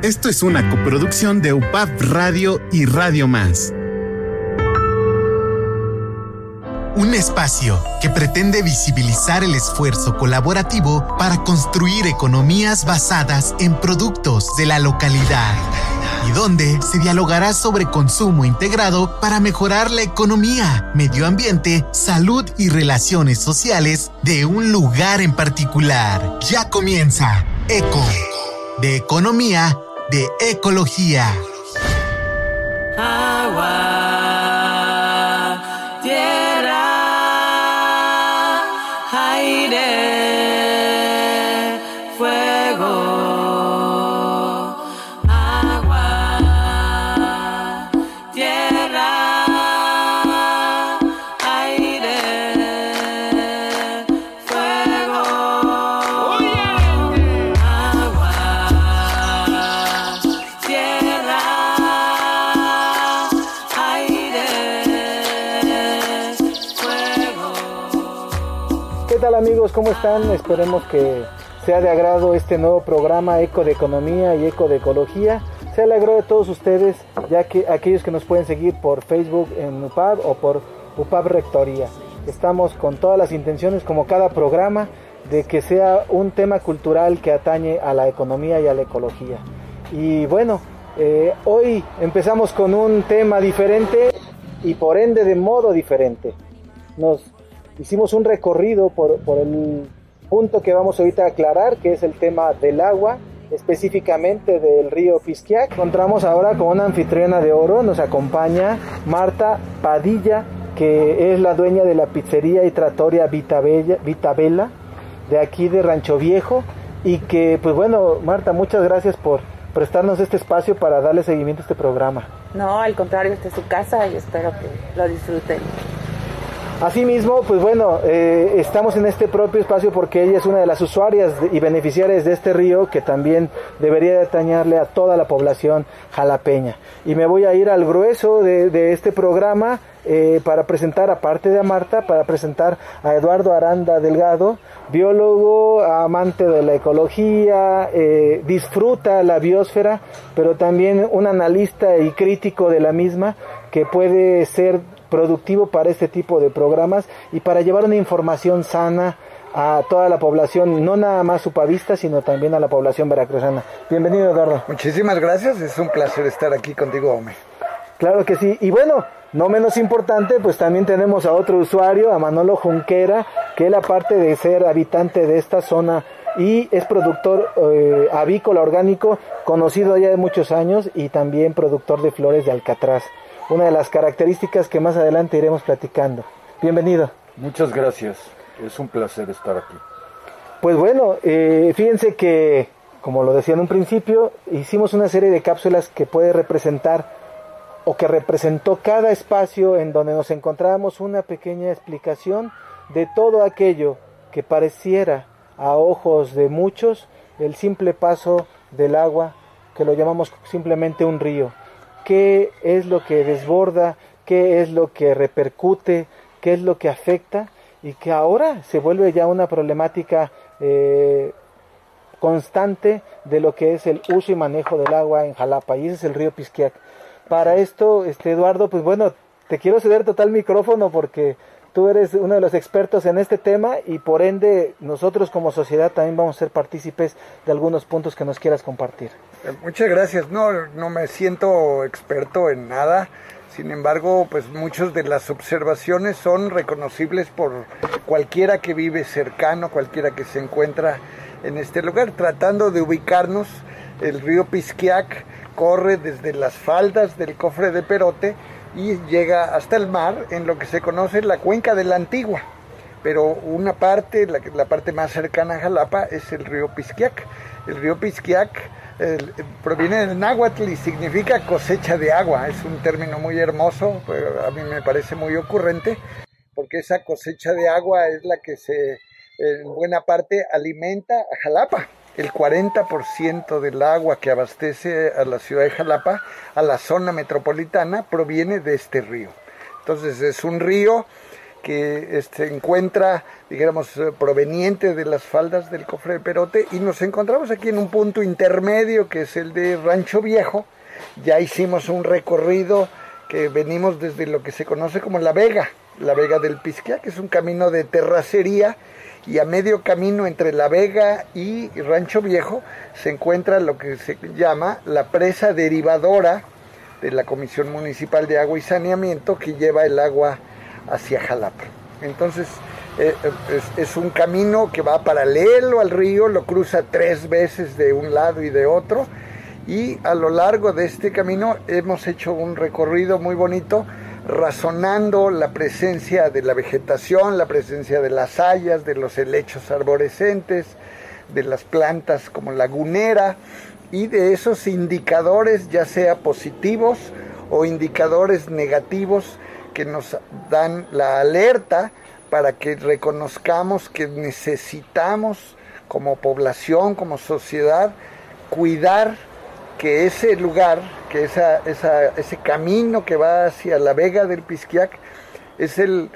Esto es una coproducción de UPAV Radio y Radio Más. Un espacio que pretende visibilizar el esfuerzo colaborativo para construir economías basadas en productos de la localidad y donde se dialogará sobre consumo integrado para mejorar la economía, medio ambiente, salud y relaciones sociales de un lugar en particular. Ya comienza ECO, de economía, de ecología. Agua, tierra, aire, fuego. Agua, tierra, aire, fuego. Agua, tierra, aire, fuego. ¿Qué tal, amigos? ¿Cómo están? Esperemos que sea de agrado este nuevo programa Eco de Economía y Eco de Ecología. Sea de agrado de todos ustedes, ya que aquellos que nos pueden seguir por Facebook en UPAV o por UPAV Rectoría. Estamos con todas las intenciones, como cada programa, de que sea un tema cultural que atañe a la economía y a la ecología. Y bueno, hoy empezamos con un tema diferente y por ende de modo diferente. Nos hicimos un recorrido por el punto que vamos ahorita a aclarar, que es el tema del agua, específicamente del río Pisquiac. Encontramos ahora con una anfitriona de oro, nos acompaña Marta Padilla, que es la dueña de la pizzería y trattoria Vitabella, de aquí de Rancho Viejo, y que, pues bueno, Marta, muchas gracias por prestarnos este espacio para darle seguimiento a este programa. No, al contrario, esta es su casa y espero que lo disfruten. Asimismo, pues bueno, estamos en este propio espacio porque ella es una de las usuarias y beneficiarias de este río, que también debería atañarle a toda la población jalapeña. Y me voy a ir al grueso de este programa para presentar, aparte de a Marta, para presentar a Eduardo Aranda Delgado, biólogo, amante de la ecología, disfruta la biosfera, pero también un analista y crítico de la misma, que puede ser productivo para este tipo de programas y para llevar una información sana a toda la población, no nada más upavista, sino también a la población veracruzana. Bienvenido, Eduardo. Muchísimas gracias, es un placer estar aquí contigo, Ome. Claro que sí, y bueno, no menos importante, pues también tenemos a otro usuario, a Manolo Junquera, que él, aparte de ser habitante de esta zona y es productor avícola orgánico, conocido ya de muchos años, y también productor de flores de alcatraz, una de las características que más adelante iremos platicando. Bienvenido. Muchas gracias, es un placer estar aquí. Pues bueno, fíjense que, como lo decía en un principio, hicimos una serie de cápsulas que puede representar, o que representó cada espacio en donde nos encontrábamos, una pequeña explicación de todo aquello que pareciera a ojos de muchos el simple paso del agua, que lo llamamos simplemente un río. ¿Qué es lo que desborda? ¿Qué es lo que repercute? ¿Qué es lo que afecta? Y que ahora se vuelve ya una problemática constante de lo que es el uso y manejo del agua en Jalapa, y ese es el río Pisquiac. Para esto, Eduardo, pues bueno, te quiero ceder total micrófono porque tú eres uno de los expertos en este tema y por ende nosotros como sociedad también vamos a ser partícipes de algunos puntos que nos quieras compartir. Muchas gracias, no me siento experto en nada, sin embargo, pues muchas de las observaciones son reconocibles por cualquiera que vive cercano, cualquiera que se encuentra en este lugar. Tratando de ubicarnos, el río Pisquiac corre desde las faldas del Cofre de Perote y llega hasta el mar en lo que se conoce la cuenca de la Antigua, pero una parte, la parte más cercana a Jalapa, es el río Pisquiac. El río Pisquiac proviene del náhuatl y significa cosecha de agua. Es un término muy hermoso, a mí me parece muy ocurrente, porque esa cosecha de agua es la que en buena parte alimenta a Jalapa. El 40% del agua que abastece a la ciudad de Jalapa, a la zona metropolitana, proviene de este río. Entonces es un río que se encuentra, digamos, proveniente de las faldas del Cofre de Perote, y nos encontramos aquí en un punto intermedio que es el de Rancho Viejo. Ya hicimos un recorrido que venimos desde lo que se conoce como la Vega del Pisquiac, que es un camino de terracería, y a medio camino entre La Vega y Rancho Viejo se encuentra lo que se llama la presa derivadora de la Comisión Municipal de Agua y Saneamiento, que lleva el agua hacia Jalapa. Entonces es un camino que va paralelo al río, lo cruza 3 veces de un lado y de otro, y a lo largo de este camino hemos hecho un recorrido muy bonito, razonando la presencia de la vegetación, la presencia de las hayas, de los helechos arborescentes, de las plantas como lagunera, y de esos indicadores, ya sea positivos o indicadores negativos, que nos dan la alerta para que reconozcamos que necesitamos como población, como sociedad, cuidar que ese lugar, que ese camino que va hacia la Vega del Pisquiac es el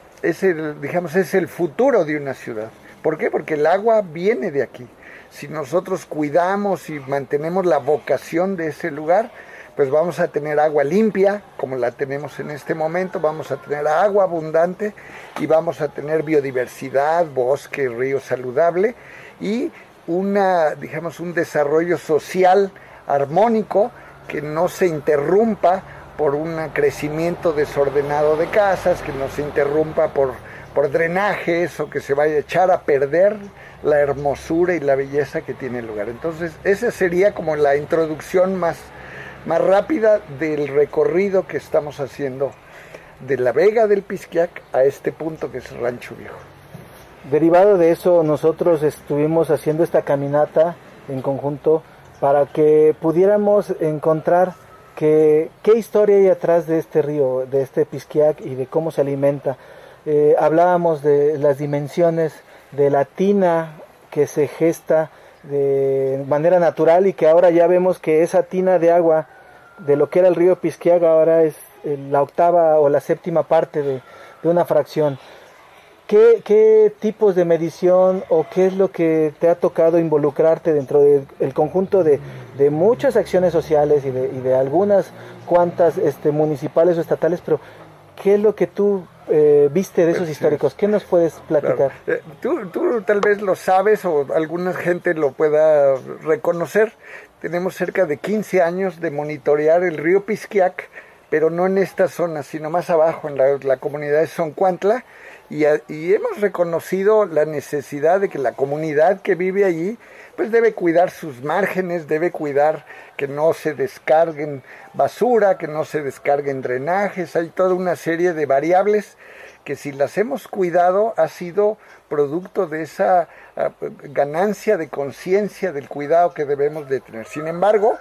futuro de una ciudad. ¿Por qué? Porque el agua viene de aquí. Si nosotros cuidamos y mantenemos la vocación de ese lugar, pues vamos a tener agua limpia, como la tenemos en este momento, vamos a tener agua abundante y vamos a tener biodiversidad, bosque, río saludable y un desarrollo social armónico que no se interrumpa por un crecimiento desordenado de casas, que no se interrumpa por drenajes o que se vaya a echar a perder la hermosura y la belleza que tiene el lugar. Entonces, esa sería como la introducción más rápida del recorrido que estamos haciendo de la Vega del Pisquiac a este punto que es Rancho Viejo. Derivado de eso, nosotros estuvimos haciendo esta caminata en conjunto para que pudiéramos encontrar qué historia hay atrás de este río, de este Pisquiac y de cómo se alimenta. Hablábamos de las dimensiones de la tina que se gesta de manera natural y que ahora ya vemos que esa tina de agua de lo que era el río Pisquiac ahora es la 8ª o la 7ª parte de una fracción. ¿Qué tipos de medición o qué es lo que te ha tocado involucrarte dentro del conjunto de muchas acciones sociales y de algunas cuantas municipales o estatales, pero qué es lo que tú viste de esos históricos? ¿Qué nos puedes platicar? Claro. Tú tal vez lo sabes o alguna gente lo pueda reconocer. Tenemos cerca de 15 años de monitorear el río Pisquiac, pero no en esta zona, sino más abajo, en la comunidad de Zoncuantla, y hemos reconocido la necesidad de que la comunidad que vive allí pues debe cuidar sus márgenes, debe cuidar que no se descarguen basura, que no se descarguen drenajes. Hay toda una serie de variables que si las hemos cuidado ha sido producto de esa ganancia de conciencia del cuidado que debemos de tener. Sin embargo,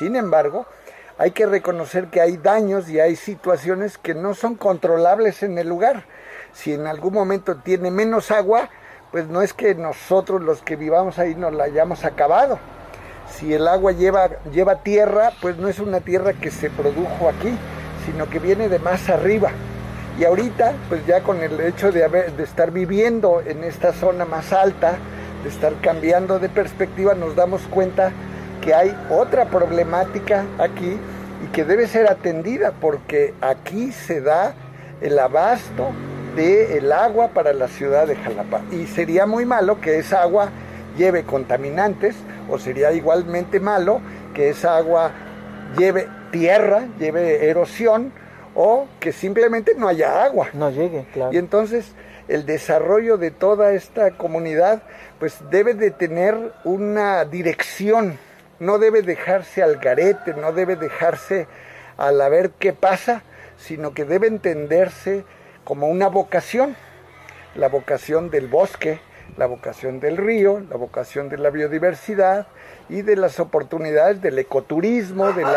hay que reconocer que hay daños y hay situaciones que no son controlables en el lugar. Si en algún momento tiene menos agua, pues no es que nosotros los que vivamos ahí nos la hayamos acabado. Si el agua lleva tierra, pues no es una tierra que se produjo aquí, sino que viene de más arriba. Y ahorita, pues ya con el hecho de estar viviendo en esta zona más alta, de estar cambiando de perspectiva, nos damos cuenta que hay otra problemática aquí y que debe ser atendida, porque aquí se da el abasto del agua para la ciudad de Jalapa. Y sería muy malo que esa agua lleve contaminantes, o sería igualmente malo que esa agua lleve tierra, lleve erosión, o que simplemente no haya agua. No llegue, claro. Y entonces el desarrollo de toda esta comunidad pues debe de tener una dirección, no debe dejarse al garete, no debe dejarse al a ver qué pasa, sino que debe entenderse como una vocación, la vocación del bosque, la vocación del río, la vocación de la biodiversidad y de las oportunidades del ecoturismo, de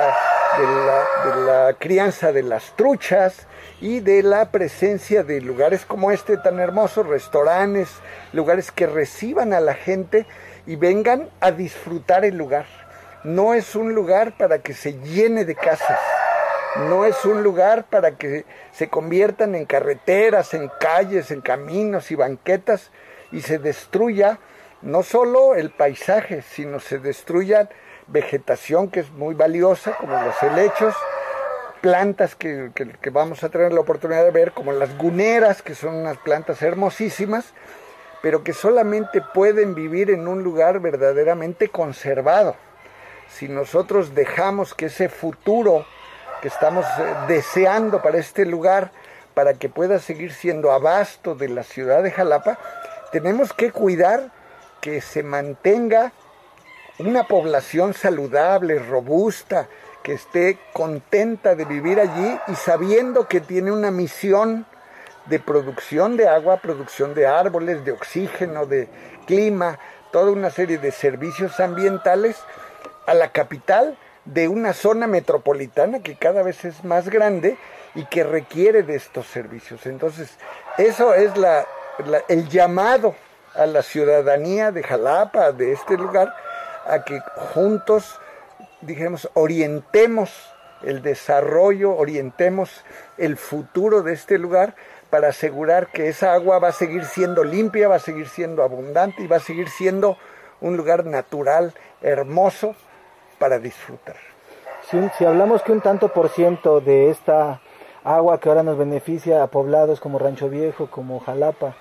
la crianza de las truchas y de la presencia de lugares como este tan hermosos, restaurantes, lugares que reciban a la gente y vengan a disfrutar el lugar. No es un lugar para que se llene de casas, no es un lugar para que se conviertan en carreteras, en calles, en caminos y banquetas y se destruya no solo el paisaje, sino se destruya vegetación que es muy valiosa, como los helechos, plantas que vamos a tener la oportunidad de ver, como las guneras, que son unas plantas hermosísimas, pero que solamente pueden vivir en un lugar verdaderamente conservado. Si nosotros dejamos que ese futuro que estamos deseando para este lugar, para que pueda seguir siendo abasto de la ciudad de Jalapa, tenemos que cuidar que se mantenga una población saludable, robusta, que esté contenta de vivir allí y sabiendo que tiene una misión de producción de agua, producción de árboles, de oxígeno, de clima, toda una serie de servicios ambientales a la capital de una zona metropolitana que cada vez es más grande y que requiere de estos servicios. Entonces, eso es el llamado a la ciudadanía de Jalapa, de este lugar, a que juntos, dijéramos, orientemos el desarrollo, orientemos el futuro de este lugar para asegurar que esa agua va a seguir siendo limpia, va a seguir siendo abundante y va a seguir siendo un lugar natural, hermoso, para disfrutar. Si hablamos que un tanto por ciento de esta agua que ahora nos beneficia a poblados como Rancho Viejo, como Jalapa,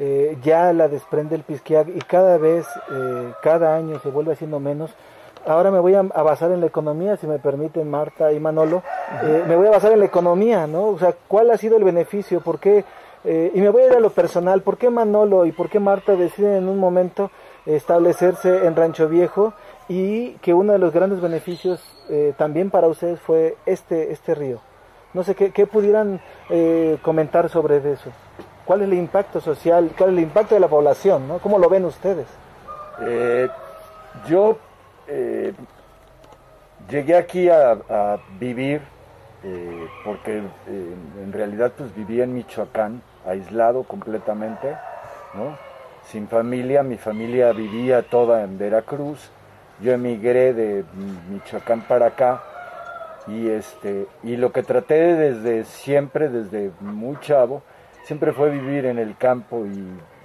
ya la desprende el Pisquiac y cada vez, cada año se vuelve haciendo menos. Ahora me voy a basar en la economía, si me permiten, Marta y Manolo. Me voy a basar en la economía, ¿no? O sea, ¿cuál ha sido el beneficio? ¿Por qué? Y me voy a ir a lo personal. ¿Por qué Manolo y por qué Marta deciden en un momento establecerse en Rancho Viejo y que uno de los grandes beneficios también para ustedes fue este río? No sé, ¿qué pudieran comentar sobre eso? ¿Cuál es el impacto social? ¿Cuál es el impacto de la población? ¿No? ¿Cómo lo ven ustedes? Yo llegué aquí a vivir porque en realidad pues vivía en Michoacán, aislado completamente, ¿no? Sin familia. Mi familia vivía toda en Veracruz. Yo emigré de Michoacán para acá y lo que traté desde siempre, desde muy chavo, siempre fue vivir en el campo y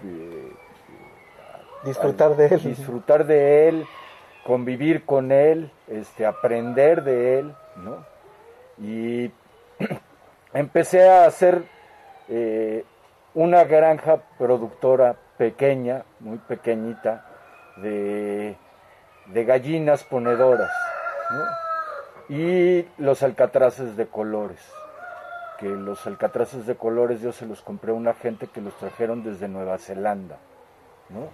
disfrutar de él. Disfrutar de él, convivir con él, aprender de él, ¿no? Y empecé a hacer una granja productora pequeña, muy pequeñita, de gallinas ponedoras, ¿no? Y los alcatraces de colores, que los alcatraces de colores yo se los compré a una gente que los trajeron desde Nueva Zelanda, ¿no?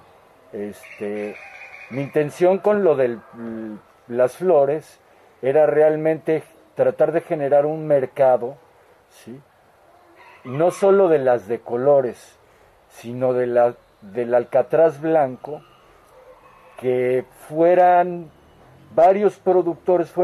Mi intención con lo de las flores era realmente tratar de generar un mercado, ¿sí? No solo de las de colores, sino del alcatraz blanco, que fuéramos varios productores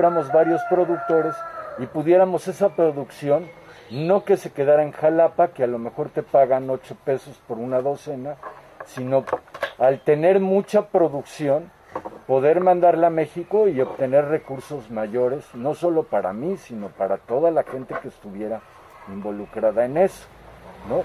y pudiéramos esa producción, no que se quedara en Jalapa, que a lo mejor te pagan 8 pesos por una docena, sino al tener mucha producción, poder mandarla a México y obtener recursos mayores, no solo para mí, sino para toda la gente que estuviera involucrada en eso, ¿no?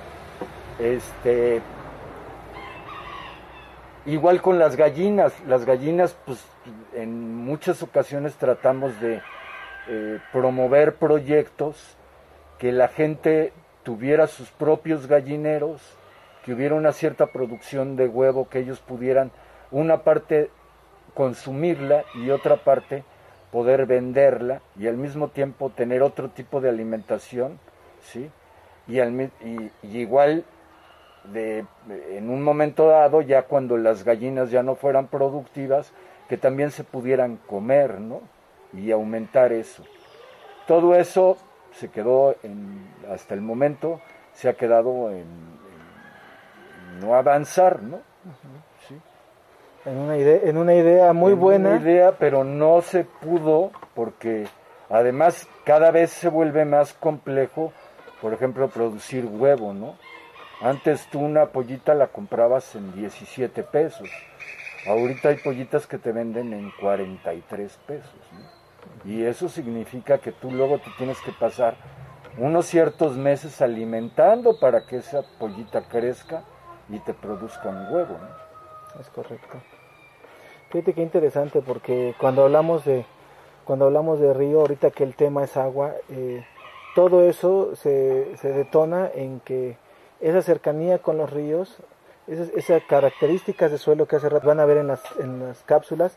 Igual con las gallinas, pues en muchas ocasiones tratamos de promover proyectos que la gente tuviera sus propios gallineros, que hubiera una cierta producción de huevo, que ellos pudieran una parte consumirla y otra parte poder venderla y al mismo tiempo tener otro tipo de alimentación, ¿sí? Y igual en un momento dado, ya cuando las gallinas ya no fueran productivas, que también se pudieran comer, ¿no? Y aumentar eso. Todo eso se quedó hasta el momento, se ha quedado en no avanzar, ¿no? ¿Sí? En una idea muy buena. Una idea, pero no se pudo porque además cada vez se vuelve más complejo, por ejemplo, producir huevo, ¿no? Antes tú una pollita la comprabas en 17 pesos. Ahorita hay pollitas que te venden en 43 pesos, ¿no? Y eso significa que tú luego te tienes que pasar unos ciertos meses alimentando para que esa pollita crezca y te produzca un huevo, ¿no? Es correcto. Fíjate qué interesante, porque cuando hablamos de río, ahorita que el tema es agua, todo eso se detona en que esa cercanía con los ríos, esas características de suelo que hace rato van a ver en las cápsulas,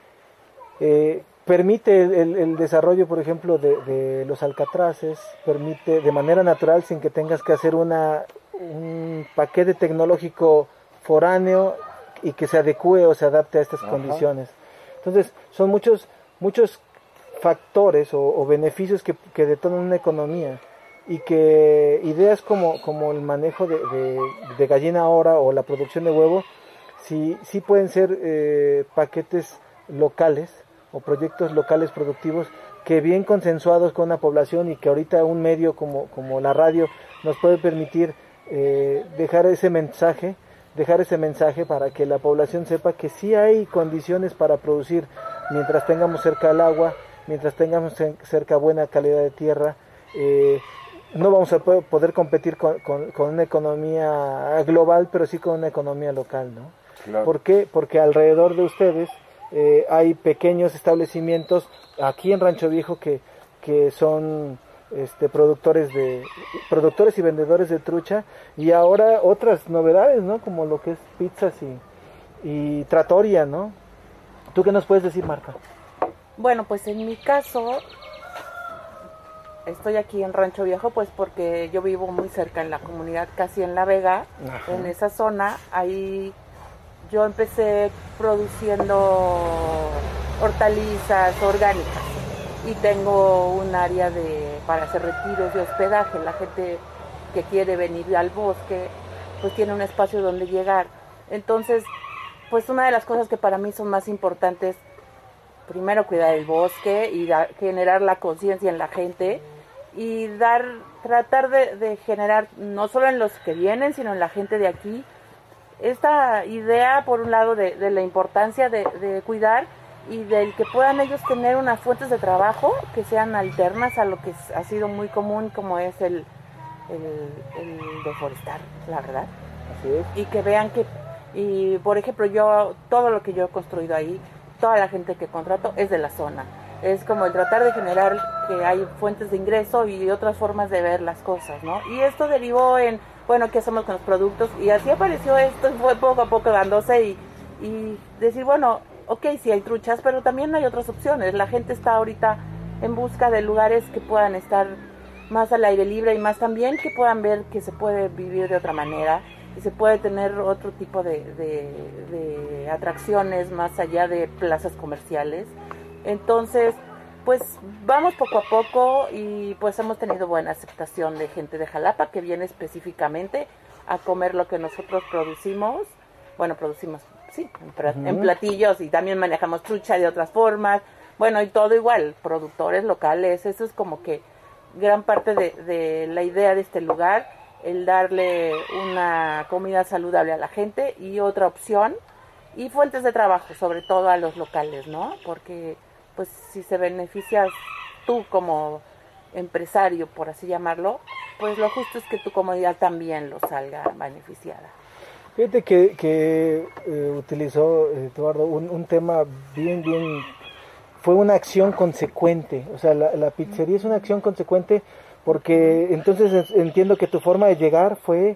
permite el desarrollo, por ejemplo, de los alcatraces, permite de manera natural, sin que tengas que hacer un paquete tecnológico foráneo y que se adecue o se adapte a estas condiciones. Entonces, son muchos factores o beneficios que detonan una economía, y que ideas como el manejo de gallina ahora o la producción de huevo sí pueden ser paquetes locales o proyectos locales productivos que, bien consensuados con la población, y que ahorita un medio como la radio nos puede permitir dejar ese mensaje para que la población sepa que sí hay condiciones para producir mientras tengamos cerca el agua, mientras tengamos cerca buena calidad de tierra. No vamos a poder competir con una economía global, pero sí con una economía local, ¿no? Claro. ¿Por qué? Porque alrededor de ustedes hay pequeños establecimientos aquí en Rancho Viejo que son productores y vendedores de trucha, y ahora otras novedades, ¿no? Como lo que es pizzas y trattoria, ¿no? ¿Tú qué nos puedes decir, Marta? Bueno, pues en mi caso, estoy aquí en Rancho Viejo pues porque yo vivo muy cerca en la comunidad, casi en La Vega. Ajá. En esa zona. Ahí yo empecé produciendo hortalizas orgánicas y tengo un área para hacer retiros de hospedaje. La gente que quiere venir al bosque pues tiene un espacio donde llegar. Entonces, pues una de las cosas que para mí son más importantes, primero cuidar el bosque y generar la conciencia en la gente, y tratar de generar, no solo en los que vienen, sino en la gente de aquí, esta idea, por un lado, de la importancia de cuidar, y del que puedan ellos tener unas fuentes de trabajo que sean alternas a lo que ha sido muy común, como es el deforestar, la verdad. Así es. Y que vean y por ejemplo, todo lo que yo he construido ahí, toda la gente que contrato es de la zona. Es como el tratar de generar que hay fuentes de ingreso y otras formas de ver las cosas, ¿no? Y esto derivó en, bueno, ¿qué hacemos con los productos? Y así apareció esto, y fue poco a poco dándose y decir, bueno, ok, sí hay truchas, pero también hay otras opciones. La gente está ahorita en busca de lugares que puedan estar más al aire libre, y más también que puedan ver que se puede vivir de otra manera y se puede tener otro tipo de atracciones más allá de plazas comerciales. Entonces, pues vamos poco a poco, y pues hemos tenido buena aceptación de gente de Jalapa que viene específicamente a comer lo que nosotros producimos. Bueno, producimos, sí, en platillos, y también manejamos trucha de otras formas. Bueno, y todo igual, productores locales. Eso es como que gran parte de la idea de este lugar, el darle una comida saludable a la gente y otra opción, y fuentes de trabajo, sobre todo a los locales, ¿no? Porque pues si se beneficias tú como empresario, por así llamarlo, pues lo justo es que tu comunidad también lo salga beneficiada. Fíjate que utilizó, Eduardo, un tema bien, fue una acción consecuente. O sea, la pizzería es una acción consecuente, porque entonces entiendo que tu forma de llegar fue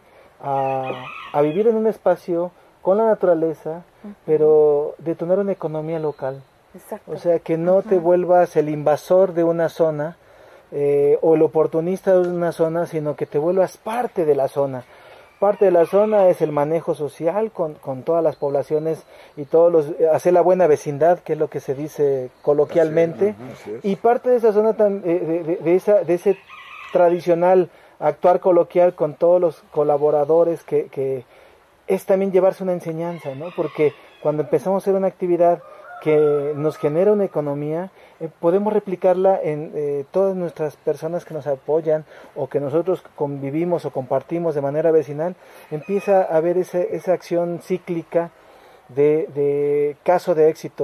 a vivir en un espacio con la naturaleza, pero detonar una economía local. Exacto. O sea, que no te vuelvas el invasor de una zona o el oportunista de una zona, sino que te vuelvas parte de la zona. Parte de la zona es el manejo social con todas las poblaciones y hacer la buena vecindad, que es lo que se dice coloquialmente. Así es. Y parte de esa zona, de ese tradicional actuar coloquial con todos los colaboradores, que es también llevarse una enseñanza, ¿no? Porque cuando empezamos a hacer una actividad que nos genera una economía, podemos replicarla en todas nuestras personas que nos apoyan, o que nosotros convivimos o compartimos de manera vecinal. Empieza a haber esa acción cíclica de caso de éxito.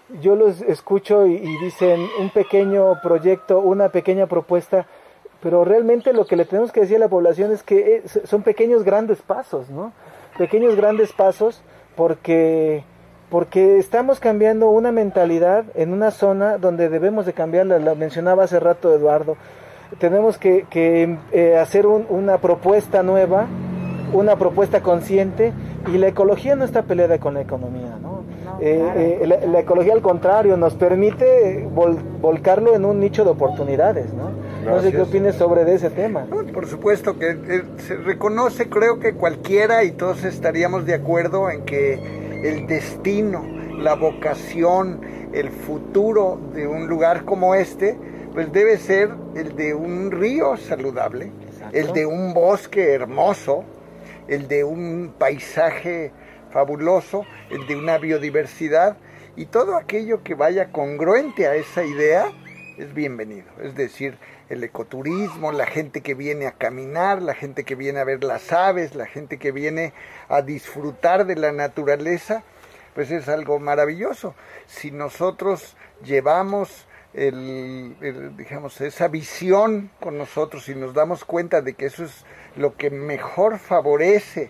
yo los escucho y dicen un pequeño proyecto, una pequeña propuesta, pero realmente lo que le tenemos que decir a la población es que son pequeños grandes pasos, ¿no? Pequeños grandes pasos porque estamos cambiando una mentalidad en una zona donde debemos de cambiarla, la mencionaba hace rato Eduardo. Tenemos que hacer una propuesta nueva, una propuesta consciente, y la ecología no está peleada con la economía, ¿no? La ecología al contrario nos permite volcarlo en un nicho de oportunidades, ¿no? No sé qué opines sobre ese tema. No, por supuesto que se reconoce, creo que cualquiera y todos estaríamos de acuerdo en que el destino, la vocación, el futuro de un lugar como este, pues debe ser el de un río saludable, exacto, el de un bosque hermoso, el de un paisaje fabuloso, el de una biodiversidad, y todo aquello que vaya congruente a esa idea es bienvenido. Es decir, el ecoturismo, la gente que viene a caminar, la gente que viene a ver las aves, la gente que viene a disfrutar de la naturaleza, pues es algo maravilloso. Si nosotros llevamos digamos, esa visión con nosotros y nos damos cuenta de que eso es lo que mejor favorece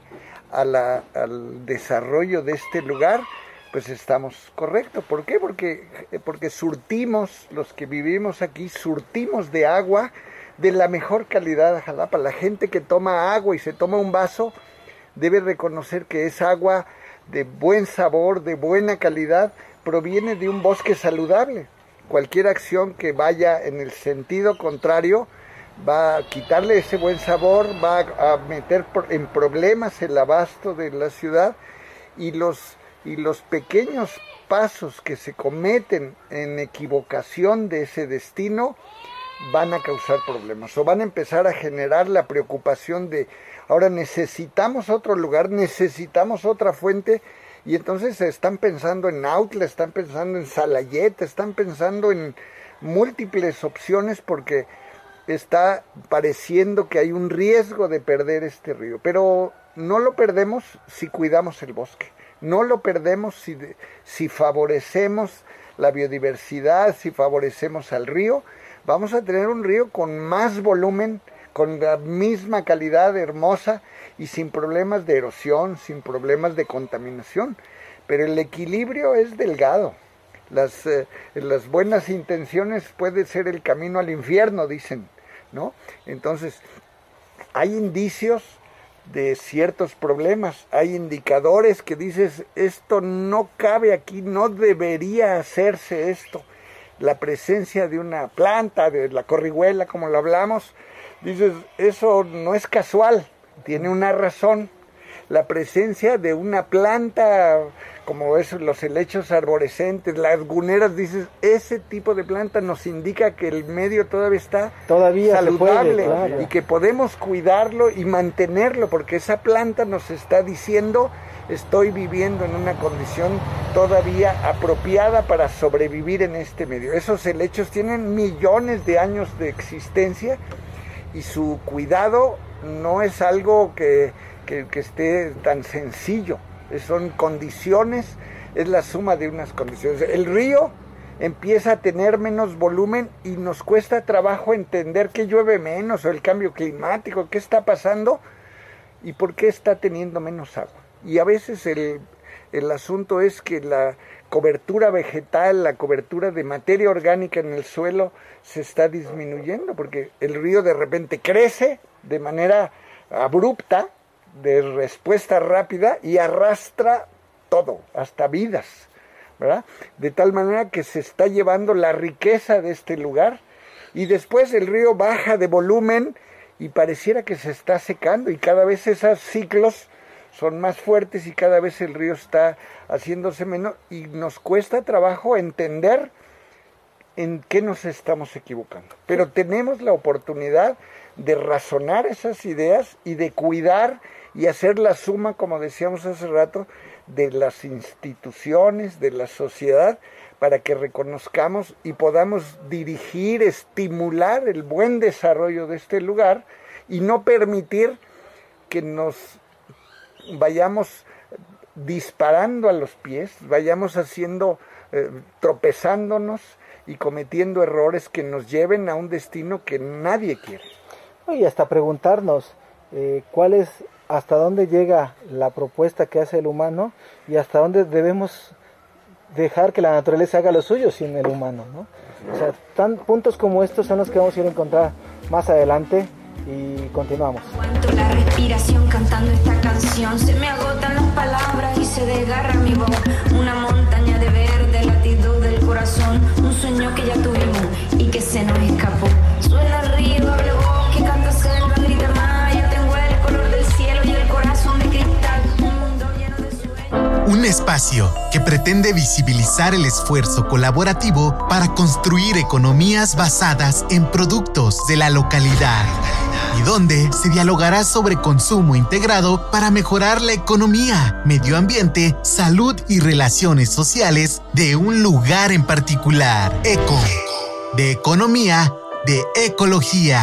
al desarrollo de este lugar, pues estamos correctos. ¿Por qué? Porque surtimos, los que vivimos aquí, surtimos de agua de la mejor calidad de Jalapa. La gente que toma agua y se toma un vaso debe reconocer que es agua de buen sabor, de buena calidad, proviene de un bosque saludable. Cualquier acción que vaya en el sentido contrario va a quitarle ese buen sabor, va a meter en problemas el abasto de la ciudad, y los pequeños pasos que se cometen en equivocación de ese destino van a causar problemas, o van a empezar a generar la preocupación de ahora necesitamos otro lugar, necesitamos otra fuente. Y entonces están pensando en Autla, están pensando en Salayeta, están pensando en múltiples opciones porque está pareciendo que hay un riesgo de perder este río. Pero no lo perdemos si cuidamos el bosque, no lo perdemos si favorecemos la biodiversidad, si favorecemos al río. Vamos a tener un río con más volumen, con la misma calidad hermosa y sin problemas de erosión, sin problemas de contaminación. Pero el equilibrio es delgado. Las buenas intenciones puede ser el camino al infierno, dicen, ¿no? Entonces, hay indicios de ciertos problemas, hay indicadores que dices, esto no cabe aquí, no debería hacerse esto. La presencia de una planta, de la corrihuela, como lo hablamos, dices, eso no es casual, tiene una razón. La presencia de una planta, como es los helechos arborescentes, las guneras, dices, ese tipo de planta nos indica que el medio todavía está saludable, claro, y que podemos cuidarlo y mantenerlo, porque esa planta nos está diciendo, estoy viviendo en una condición todavía apropiada para sobrevivir en este medio. Esos helechos tienen millones de años de existencia y su cuidado no es algo que esté tan sencillo. Son condiciones, es la suma de unas condiciones. El río empieza a tener menos volumen y nos cuesta trabajo entender que llueve menos, o el cambio climático, qué está pasando y por qué está teniendo menos agua. Y a veces el asunto es que la cobertura vegetal, la cobertura de materia orgánica en el suelo se está disminuyendo, porque el río de repente crece de manera abrupta, de respuesta rápida, y arrastra todo, hasta vidas, ¿verdad? De tal manera que se está llevando la riqueza de este lugar, y después el río baja de volumen y pareciera que se está secando, y cada vez esos ciclos son más fuertes y cada vez el río está haciéndose menos, y nos cuesta trabajo entender en qué nos estamos equivocando. Pero tenemos la oportunidad de razonar esas ideas y de cuidar y hacer la suma, como decíamos hace rato, de las instituciones, de la sociedad, para que reconozcamos y podamos dirigir, estimular el buen desarrollo de este lugar y no permitir que nos vayamos disparando a los pies, vayamos haciendo tropezándonos y cometiendo errores que nos lleven a un destino que nadie quiere. Y hasta preguntarnos cuál es, hasta dónde llega la propuesta que hace el humano y hasta dónde debemos dejar que la naturaleza haga lo suyo sin el humano, ¿no? O sea, puntos como estos son los que vamos a ir a encontrar más adelante y continuamos. Aguanto la respiración cantando esta canción, se me agotan las palabras y se desgarra mi voz. Una montaña de verde, latido del corazón, un sueño que ya tuvimos y que se nos escapó. Suena el río, habla bosque, canta selva, grita mar. Yo tengo el color del cielo y el corazón de cristal, un mundo lleno de sueños. Un espacio que pretende visibilizar el esfuerzo colaborativo para construir economías basadas en productos de la localidad y donde se dialogará sobre consumo integrado para mejorar la economía, medio ambiente, salud y relaciones sociales de un lugar en particular. Eco, de economía, de ecología.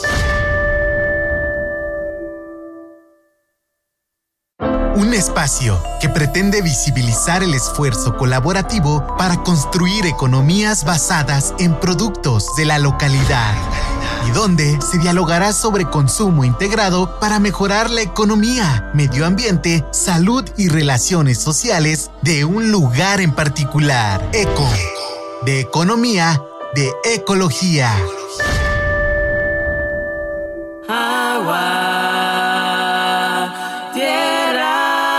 Un espacio que pretende visibilizar el esfuerzo colaborativo para construir economías basadas en productos de la localidad y donde se dialogará sobre consumo integrado para mejorar la economía, medio ambiente, salud y relaciones sociales de un lugar en particular. Eco, de economía, de ecología. Agua, tierra,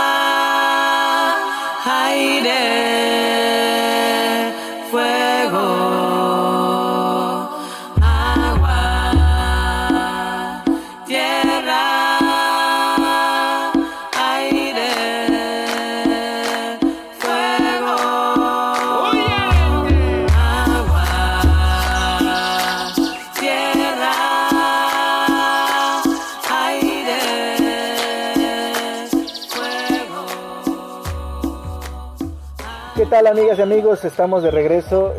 aire, fuego. Agua, tierra, aire, fuego. Agua, tierra, aire, fuego. ¿Qué tal, amigas y amigos? Estamos de regreso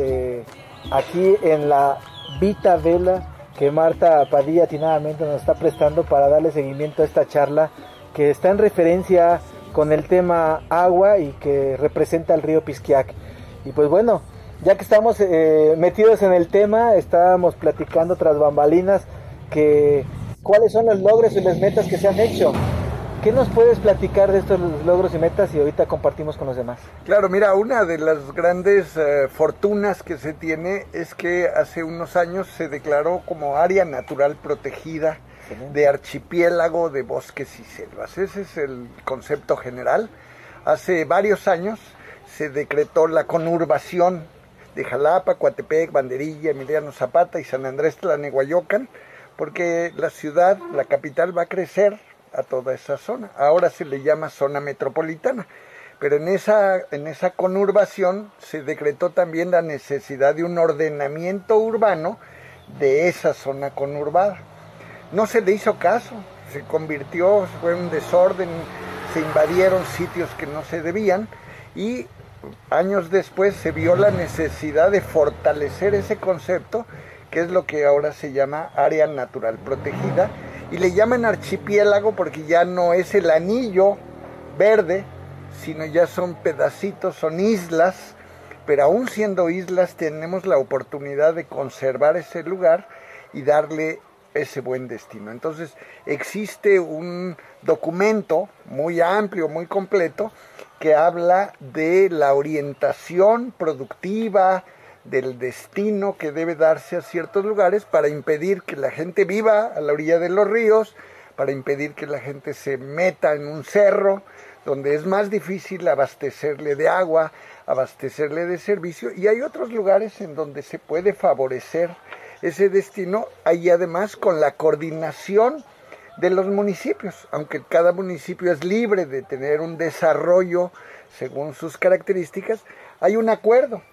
aquí en la Vita Vela que Marta Padilla atinadamente nos está prestando para darle seguimiento a esta charla que está en referencia con el tema agua y que representa el río Pisquiac. Y pues bueno, ya que estamos metidos en el tema, estábamos platicando tras bambalinas que cuáles son los logros y las metas que se han hecho. ¿Qué nos puedes platicar de estos logros y metas y ahorita compartimos con los demás? Claro, mira, una de las grandes fortunas que se tiene es que hace unos años se declaró como área natural protegida de archipiélago de bosques y selvas. Ese es el concepto general. Hace varios años se decretó la conurbación de Jalapa, Coatepec, Banderilla, Emiliano Zapata y San Andrés Tlanehuayocan, porque la ciudad, la capital, va a crecer a toda esa zona. Ahora se le llama zona metropolitana, pero en esa conurbación se decretó también la necesidad de un ordenamiento urbano de esa zona conurbada. No se le hizo caso, se convirtió, fue un desorden, se invadieron sitios que no se debían y años después se vio la necesidad de fortalecer ese concepto, que es lo que ahora se llama área natural protegida, y le llaman archipiélago porque ya no es el anillo verde, sino ya son pedacitos, son islas, pero aún siendo islas tenemos la oportunidad de conservar ese lugar y darle ese buen destino. Entonces existe un documento muy amplio, muy completo, que habla de la orientación productiva, del destino que debe darse a ciertos lugares para impedir que la gente viva a la orilla de los ríos, para impedir que la gente se meta en un cerro donde es más difícil abastecerle de agua, abastecerle de servicio, y hay otros lugares en donde se puede favorecer ese destino, ahí además con la coordinación de los municipios, aunque cada municipio es libre de tener un desarrollo según sus características, hay un acuerdo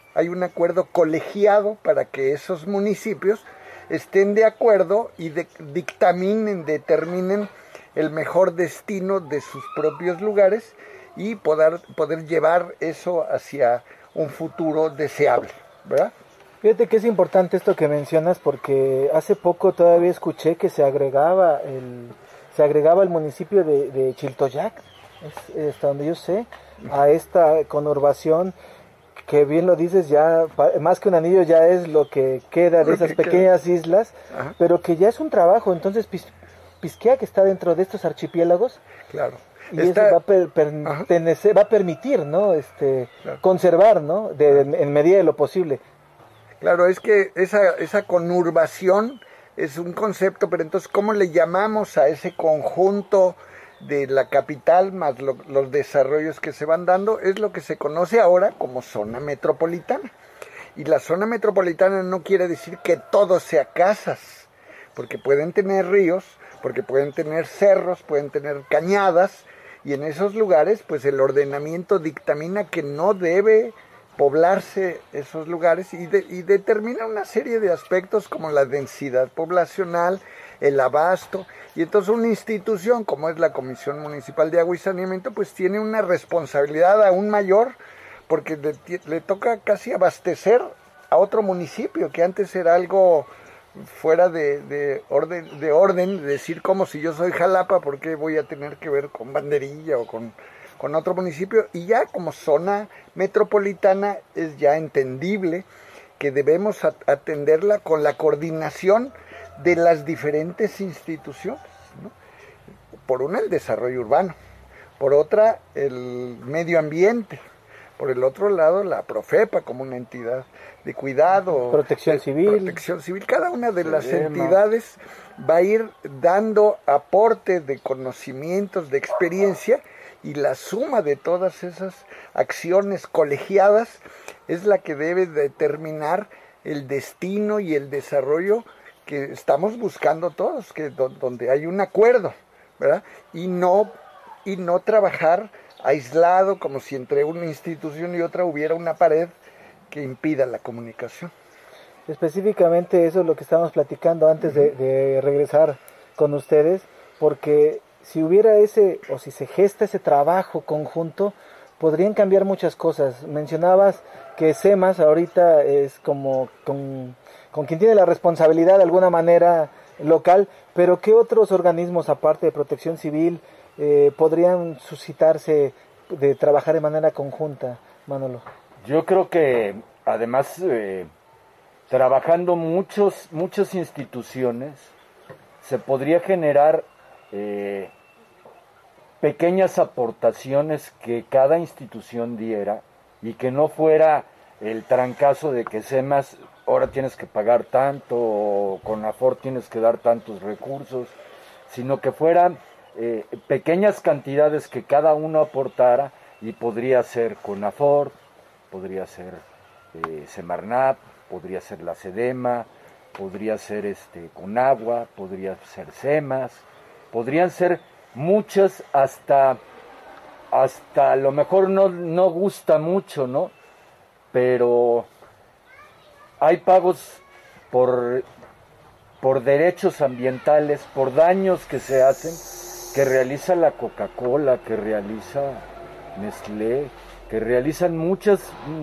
colegiado para que esos municipios estén de acuerdo y determinen el mejor destino de sus propios lugares y poder llevar eso hacia un futuro deseable, ¿verdad? Fíjate que es importante esto que mencionas porque hace poco todavía escuché que se agregaba el municipio de Chiltoyac, hasta donde yo sé, a esta conurbación que bien lo dices, ya más que un anillo ya es lo que queda de esas pequeñas islas, Ajá. pero que ya es un trabajo. Entonces Pisquia, que está dentro de estos archipiélagos, Claro. y eso va a va a permitir, ¿no? Claro. Conservar, ¿no? En medida de lo posible. Claro, es que esa conurbación es un concepto, pero entonces, ¿cómo le llamamos a ese conjunto de la capital más los desarrollos que se van dando? Es lo que se conoce ahora como zona metropolitana. Y la zona metropolitana no quiere decir que todo sea casas, porque pueden tener ríos, porque pueden tener cerros, pueden tener cañadas, y en esos lugares pues el ordenamiento dictamina que no debe poblarse esos lugares y determina una serie de aspectos como la densidad poblacional, el abasto, y entonces una institución como es la Comisión Municipal de Agua y Saneamiento pues tiene una responsabilidad aún mayor, porque le toca casi abastecer a otro municipio que antes era algo fuera de orden, decir como si yo soy Jalapa, ¿por qué voy a tener que ver con Banderilla o con otro municipio? Y ya como zona metropolitana es ya entendible que debemos atenderla con la coordinación de las diferentes instituciones, ¿no? Por una el desarrollo urbano, por otra el medio ambiente, por el otro lado la Profepa como una entidad de cuidado, protección civil. Cada una de las entidades va a ir dando aporte de conocimientos, de experiencia, y la suma de todas esas acciones colegiadas es la que debe determinar el destino y el desarrollo que estamos buscando todos, que donde hay un acuerdo, ¿verdad? Y no trabajar aislado como si entre una institución y otra hubiera una pared que impida la comunicación. Específicamente eso es lo que estábamos platicando antes de regresar con ustedes, porque si hubiera si se gesta ese trabajo conjunto, podrían cambiar muchas cosas. Mencionabas que SEMAS ahorita es como con quien tiene la responsabilidad de alguna manera local, pero ¿qué otros organismos aparte de Protección Civil podrían suscitarse de trabajar de manera conjunta, Manolo? Yo creo que además trabajando muchas instituciones se podría generar pequeñas aportaciones que cada institución diera y que no fuera el trancazo de que SEMAS ahora tienes que pagar tanto o CONAFOR tienes que dar tantos recursos, sino que fueran pequeñas cantidades que cada uno aportara, y podría ser CONAFOR, podría ser Semarnat, podría ser la SEDEMA, podría ser CONAGUA, podría ser SEMAS, podrían ser muchas, hasta a lo mejor no gusta mucho, ¿no? Pero hay pagos por derechos ambientales, por daños que se hacen, que realiza la Coca-Cola, que realiza Nestlé, que realizan muchos,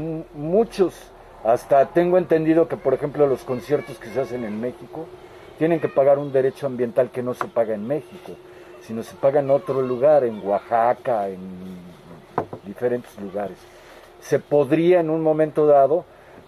hasta tengo entendido que por ejemplo los conciertos que se hacen en México tienen que pagar un derecho ambiental que no se paga en México, sino se paga en otro lugar, en Oaxaca, en diferentes lugares. Se podría en un momento dado,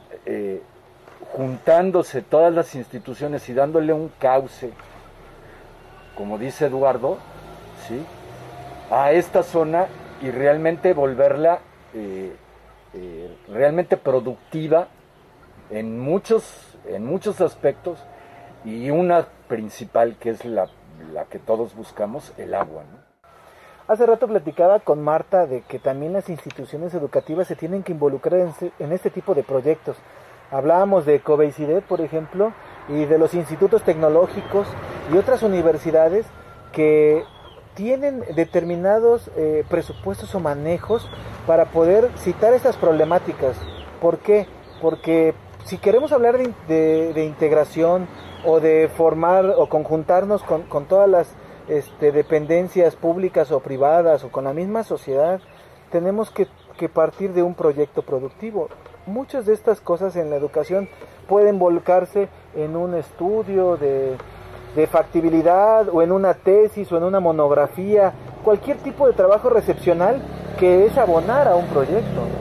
juntándose todas las instituciones y dándole un cauce, como dice Eduardo, ¿sí?, a esta zona, y realmente volverla realmente productiva en muchos aspectos, y una principal que es la que todos buscamos, el agua, ¿no? Hace rato platicaba con Marta de que también las instituciones educativas se tienen que involucrar en este tipo de proyectos. Hablábamos de COBEICIDET, por ejemplo, y de los institutos tecnológicos y otras universidades que tienen determinados presupuestos o manejos para poder citar estas problemáticas. ¿Por qué? Porque si queremos hablar de integración o de formar o conjuntarnos con todas las dependencias públicas o privadas o con la misma sociedad, tenemos que partir de un proyecto productivo. Muchas de estas cosas en la educación pueden volcarse en un estudio de factibilidad, o en una tesis, o en una monografía, cualquier tipo de trabajo recepcional que es abonar a un proyecto.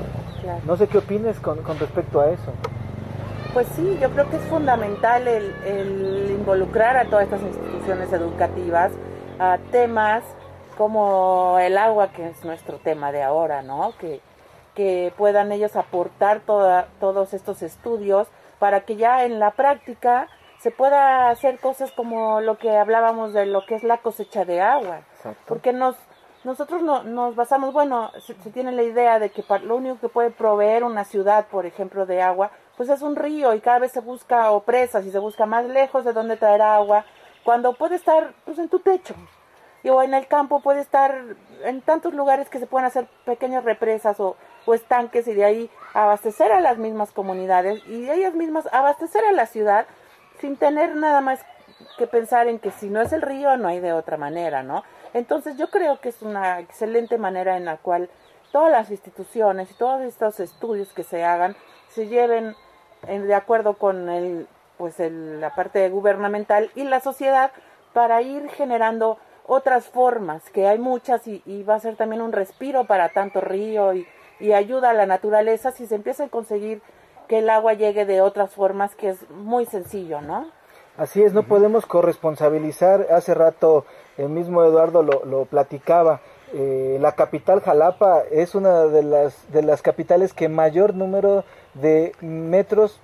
Claro. No sé qué opines con respecto a eso. Pues sí, yo creo que es fundamental el involucrar a todas estas instituciones educativas a temas como el agua, que es nuestro tema de ahora, ¿no? Que puedan ellos aportar todos estos estudios para que ya en la práctica se pueda hacer cosas como lo que hablábamos de lo que es la cosecha de agua. Exacto. Porque nosotros nos basamos, bueno, se tiene la idea de que lo único que puede proveer una ciudad, por ejemplo, de agua, pues es un río, y cada vez se busca o presas y se busca más lejos de donde traer agua, cuando puede estar pues en tu techo. O en el campo puede estar en tantos lugares que se pueden hacer pequeñas represas o estanques, y de ahí abastecer a las mismas comunidades y de ellas mismas abastecer a la ciudad sin tener nada más que pensar en que si no es el río no hay de otra manera, ¿no? Entonces yo creo que es una excelente manera en la cual todas las instituciones y todos estos estudios que se hagan se lleven de acuerdo con la parte gubernamental y la sociedad, para ir generando otras formas, que hay muchas, y va a ser también un respiro para tanto río y ayuda a la naturaleza si se empieza a conseguir que el agua llegue de otras formas, que es muy sencillo, ¿no? Así es, no podemos corresponsabilizar. Hace rato el mismo Eduardo lo platicaba. La capital Jalapa es una de las capitales que mayor número de milímetros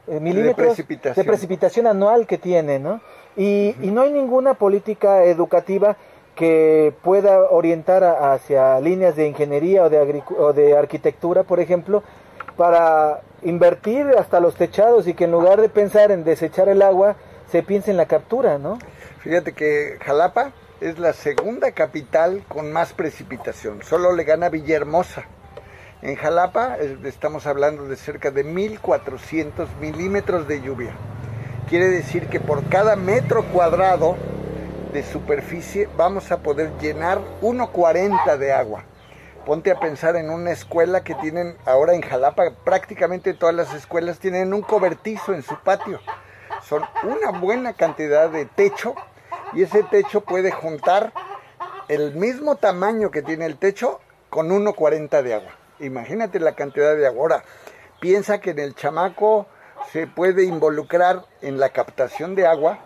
de precipitación anual que tiene, ¿no? Y no hay ninguna política educativa que pueda orientar hacia líneas de ingeniería o de arquitectura, por ejemplo, para invertir hasta los techados, y que en lugar de pensar en desechar el agua, se piense en la captura, ¿no? Fíjate que Jalapa es la segunda capital con más precipitación, solo le gana Villahermosa. En Jalapa estamos hablando de cerca de 1.400 milímetros de lluvia. Quiere decir que por cada metro cuadrado de superficie vamos a poder llenar 1.40 de agua. Ponte a pensar en una escuela que tienen ahora en Jalapa, prácticamente todas las escuelas tienen un cobertizo en su patio. Son una buena cantidad de techo, y ese techo puede juntar el mismo tamaño que tiene el techo con 1.40 de agua. Imagínate la cantidad de agua. Ahora, piensa que en el chamaco se puede involucrar en la captación de agua,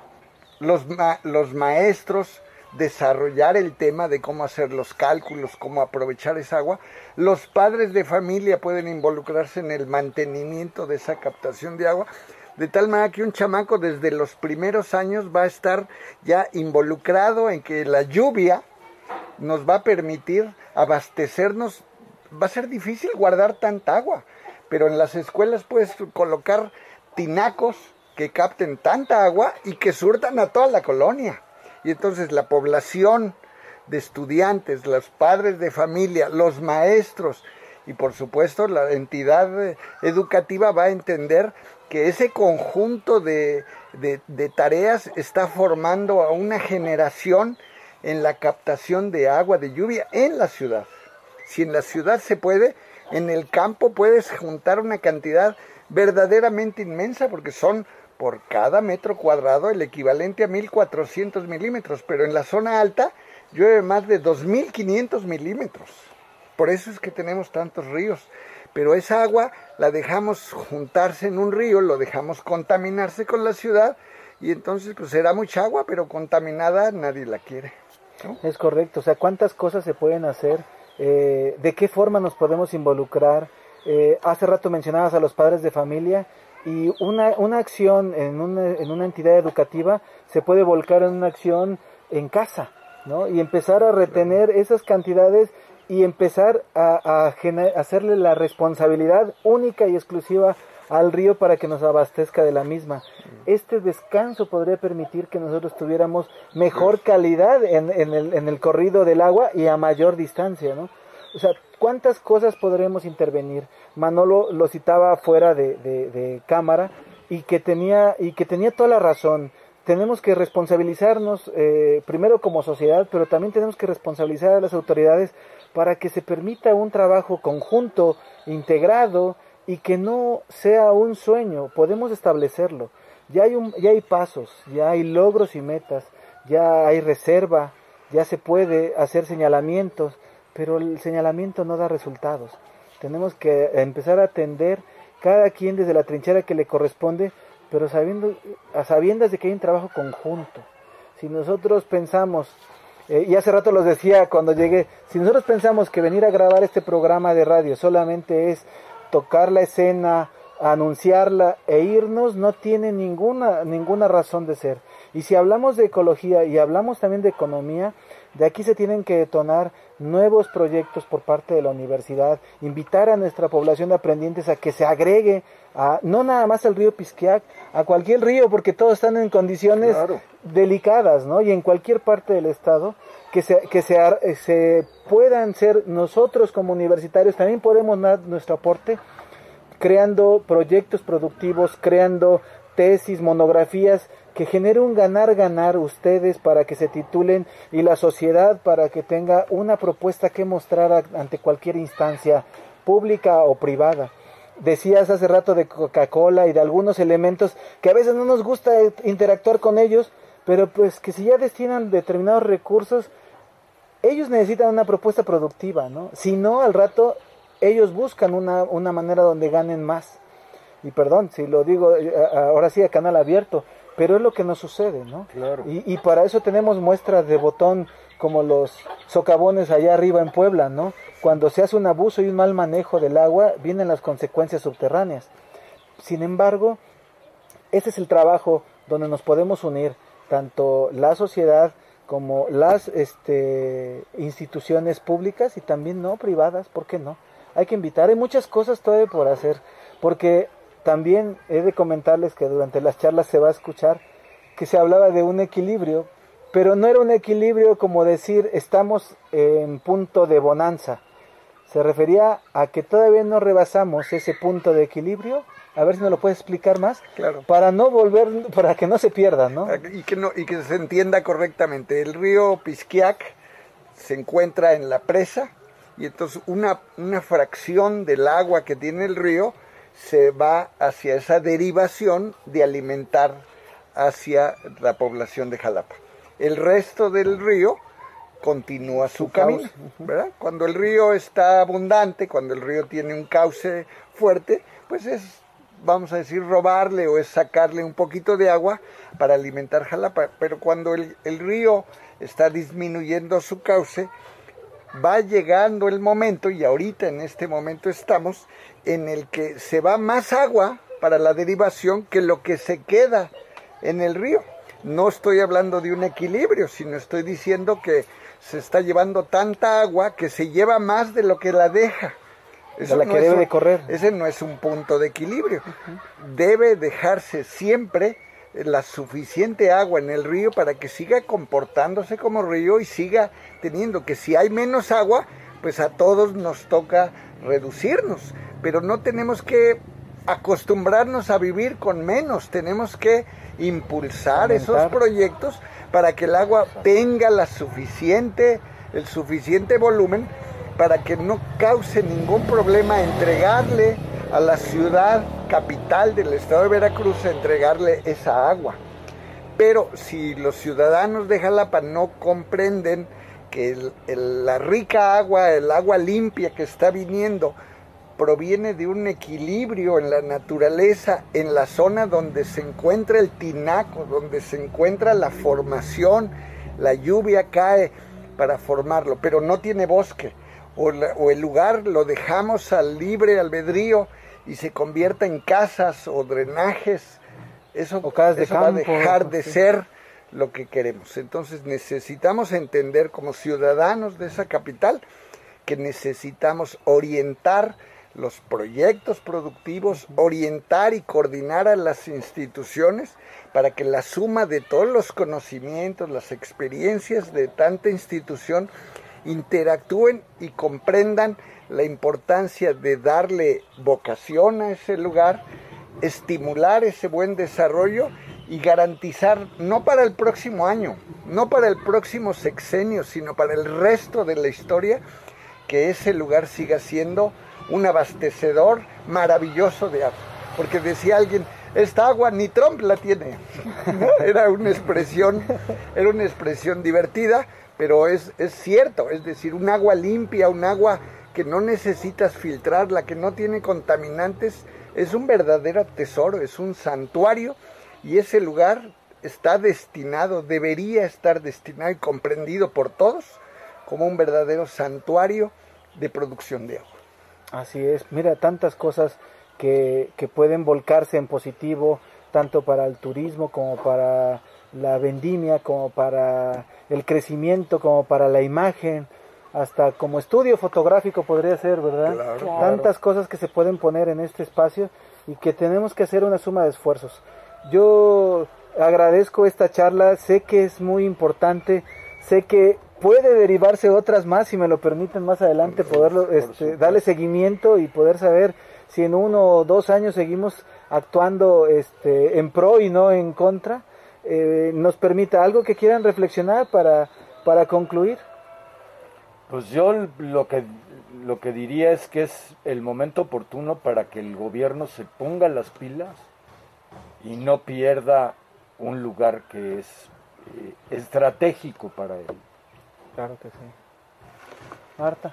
los maestros desarrollar el tema de cómo hacer los cálculos, cómo aprovechar esa agua. Los padres de familia pueden involucrarse en el mantenimiento de esa captación de agua, de tal manera que un chamaco desde los primeros años va a estar ya involucrado en que la lluvia nos va a permitir abastecernos. Va a ser difícil guardar tanta agua, pero en las escuelas puedes colocar tinacos que capten tanta agua y que surtan a toda la colonia. Y entonces la población de estudiantes, los padres de familia, los maestros y por supuesto la entidad educativa va a entender que ese conjunto de tareas está formando a una generación en la captación de agua de lluvia en la ciudad. Si en la ciudad se puede, en el campo puedes juntar una cantidad verdaderamente inmensa, porque son por cada metro cuadrado el equivalente a 1.400 milímetros, pero en la zona alta llueve más de 2.500 milímetros. Por eso es que tenemos tantos ríos, pero esa agua la dejamos juntarse en un río, lo dejamos contaminarse con la ciudad, y entonces pues será mucha agua, pero contaminada nadie la quiere, ¿no? Es correcto. O sea, ¿cuántas cosas se pueden hacer? ¿De qué forma nos podemos involucrar? Hace rato mencionabas a los padres de familia, y una acción en una entidad educativa se puede volcar en una acción en casa, ¿no? Y empezar a retener esas cantidades y empezar a hacerle la responsabilidad única y exclusiva al río para que nos abastezca de la misma. Este descanso podría permitir que nosotros tuviéramos mejor calidad en el corrido del agua y a mayor distancia, ¿no? O sea, ¿cuántas cosas podremos intervenir? Manolo lo citaba fuera de cámara, y que tenía toda la razón. Tenemos que responsabilizarnos primero como sociedad, pero también tenemos que responsabilizar a las autoridades para que se permita un trabajo conjunto, integrado, y que no sea un sueño. Podemos establecerlo. Ya hay pasos, ya hay logros y metas, ya hay reserva, ya se puede hacer señalamientos, pero el señalamiento no da resultados. tenemos que empezar a atender cada quien desde la trinchera que le corresponde, pero a sabiendas de que hay un trabajo conjunto. Si nosotros pensamos, y hace rato los decía cuando llegué, si nosotros pensamos que venir a grabar este programa de radio solamente es tocar la escena, anunciarla e irnos, no tiene ninguna razón de ser. Y si hablamos de ecología y hablamos también de economía, de aquí se tienen que detonar nuevos proyectos por parte de la universidad, invitar a nuestra población de aprendientes a que se agregue, no nada más al río Pisquiac, a cualquier río, porque todos están en condiciones delicadas, ¿no? Y en cualquier parte del estado, que se puedan ser, nosotros como universitarios también podemos dar nuestro aporte, creando proyectos productivos, creando tesis, monografías, que genere un ganar-ganar ustedes para que se titulen y la sociedad para que tenga una propuesta que mostrar ante cualquier instancia pública o privada. Decías hace rato de Coca-Cola y de algunos elementos que a veces no nos gusta interactuar con ellos, pero pues que si ya destinan determinados recursos, ellos necesitan una propuesta productiva, ¿no? Si no, al rato ellos buscan una manera donde ganen más. Y perdón, si lo digo ahora sí a canal abierto, pero es lo que nos sucede, ¿no? Claro. Y para eso tenemos muestras de botón como los socavones allá arriba en Puebla, ¿no? Cuando se hace un abuso y un mal manejo del agua, vienen las consecuencias subterráneas. Sin embargo, ese es el trabajo donde nos podemos unir, tanto la sociedad como las instituciones públicas y también no privadas, ¿por qué no? Hay que invitar, hay muchas cosas todavía por hacer, porque también he de comentarles que durante las charlas se va a escuchar que se hablaba de un equilibrio, pero no era un equilibrio como decir estamos en punto de bonanza. Se refería a que todavía no rebasamos ese punto de equilibrio. A ver si nos lo puedes explicar más. Claro. Para que no se pierda, ¿no? Y que se entienda correctamente. El río Pisquiac se encuentra en la presa y entonces una fracción del agua que tiene el río se va hacia esa derivación de alimentar hacia la población de Jalapa. El resto del río continúa su camino, ¿verdad? Cuando el río está abundante, cuando el río tiene un cauce fuerte, pues es, vamos a decir, robarle o es sacarle un poquito de agua para alimentar Jalapa. Pero cuando el río está disminuyendo su cauce, va llegando el momento, y ahorita en este momento estamos, en el que se va más agua para la derivación que lo que se queda en el río. No estoy hablando de un equilibrio, sino estoy diciendo que se está llevando tanta agua que se lleva más de lo que la deja. Eso de la que debe de correr. Ese no es un punto de equilibrio. Debe dejarse siempre la suficiente agua en el río para que siga comportándose como río y siga teniendo que si hay menos agua, pues a todos nos toca reducirnos. Pero no tenemos que acostumbrarnos a vivir con menos, tenemos que impulsar esos proyectos para que el agua tenga el suficiente volumen para que no cause ningún problema entregarle a la ciudad capital del estado de Veracruz, entregarle esa agua. Pero si los ciudadanos de Jalapa no comprenden que la rica agua, el agua limpia que está viniendo, proviene de un equilibrio en la naturaleza, en la zona donde se encuentra el tinaco, donde se encuentra la formación, la lluvia cae para formarlo, pero no tiene bosque, o el lugar lo dejamos al libre albedrío y se convierta en casas o drenajes, eso va a dejar de ser lo que queremos. Entonces necesitamos entender como ciudadanos de esa capital que necesitamos orientar los proyectos productivos, orientar y coordinar a las instituciones para que la suma de todos los conocimientos, las experiencias de tanta institución interactúen y comprendan la importancia de darle vocación a ese lugar, estimular ese buen desarrollo y garantizar, no para el próximo año, no para el próximo sexenio, sino para el resto de la historia, que ese lugar siga siendo un abastecedor maravilloso de agua. Porque decía alguien, esta agua ni Trump la tiene. Era una expresión divertida, pero es cierto, es decir, un agua limpia, un agua que no necesitas filtrar, la que no tiene contaminantes, es un verdadero tesoro, es un santuario, y ese lugar está destinado, debería estar destinado y comprendido por todos como un verdadero santuario de producción de agua. Así es, mira, tantas cosas que pueden volcarse en positivo, tanto para el turismo como para la vendimia, como para el crecimiento, como para la imagen, hasta como estudio fotográfico podría ser, ¿verdad? Claro. Tantas cosas que se pueden poner en este espacio y que tenemos que hacer una suma de esfuerzos. Yo agradezco esta charla, sé que es muy importante, sé que puede derivarse otras más, si me lo permiten más adelante, poderlo darle seguimiento y poder saber si en 1 o 2 años seguimos actuando en pro y no en contra. Nos permita algo que quieran reflexionar para concluir. Pues yo lo que diría es que es el momento oportuno para que el gobierno se ponga las pilas y no pierda un lugar que es estratégico para él. Claro que sí. Marta.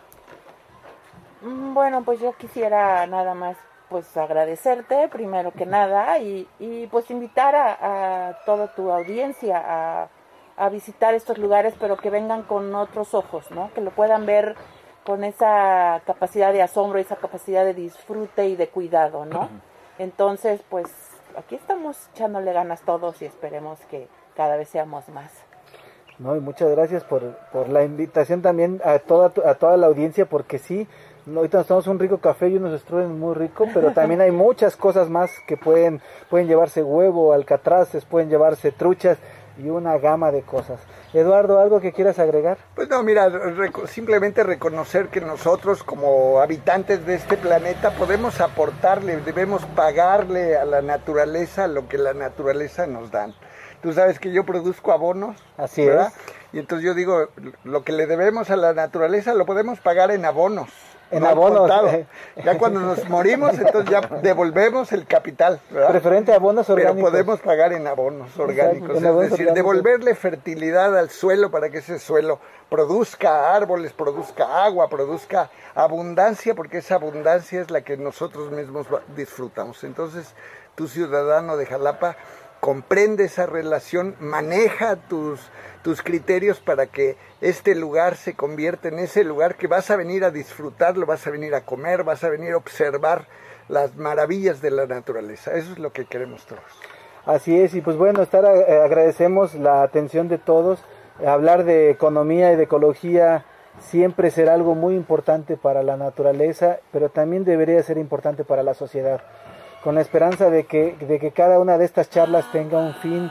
Bueno, pues yo quisiera nada más pues agradecerte primero que nada y pues invitar a toda tu audiencia a visitar estos lugares, pero que vengan con otros ojos, ¿no? Que lo puedan ver con esa capacidad de asombro, esa capacidad de disfrute y de cuidado, ¿no? Entonces, pues aquí estamos echándole ganas todos y esperemos que cada vez seamos más. No, y muchas gracias por la invitación también a toda la audiencia, porque sí, ahorita nos tomamos un rico café y unos strudels muy rico, pero también hay muchas cosas más que pueden llevarse huevo, alcatraces, pueden llevarse truchas y una gama de cosas. Eduardo, ¿algo que quieras agregar? Pues no, mira, simplemente reconocer que nosotros como habitantes de este planeta podemos aportarle, debemos pagarle a la naturaleza lo que la naturaleza nos da. Tú sabes que yo produzco abonos, así ¿verdad? es. Y entonces yo digo, lo que le debemos a la naturaleza lo podemos pagar en abonos. En no abonos. Ya cuando nos morimos, entonces ya devolvemos el capital, ¿verdad? Preferente a abonos orgánicos. Pero podemos pagar en abonos orgánicos. En abonos es decir, orgánicos. Devolverle fertilidad al suelo para que ese suelo produzca árboles, produzca agua, produzca abundancia, porque esa abundancia es la que nosotros mismos disfrutamos. Entonces, tú, ciudadano de Jalapa, comprende esa relación, maneja tus criterios para que este lugar se convierta en ese lugar que vas a venir a disfrutarlo, vas a venir a comer, vas a venir a observar las maravillas de la naturaleza. Eso es lo que queremos todos. Así es, y pues bueno, agradecemos la atención de todos. Hablar de economía y de ecología siempre será algo muy importante para la naturaleza, pero también debería ser importante para la sociedad, con la esperanza de que cada una de estas charlas tenga un fin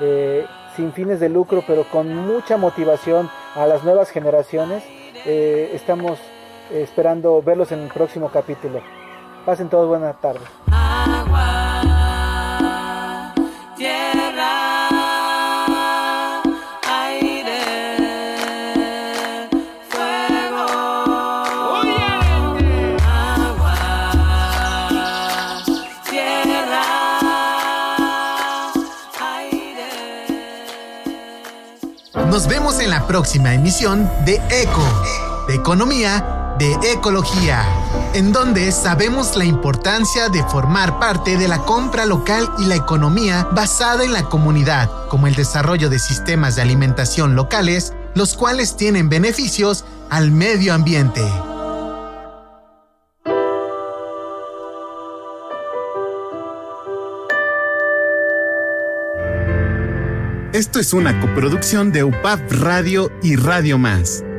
sin fines de lucro, pero con mucha motivación a las nuevas generaciones. Estamos esperando verlos en el próximo capítulo. Pasen todos buenas tardes. Agua, tierra, aire, fuego. Agua, tierra, aire. Nos vemos en la próxima emisión de ECO, de economía, de ecología, en donde sabemos la importancia de formar parte de la compra local y la economía basada en la comunidad, como el desarrollo de sistemas de alimentación locales, los cuales tienen beneficios al medio ambiente. Esto es una coproducción de UPAP Radio y Radio Más.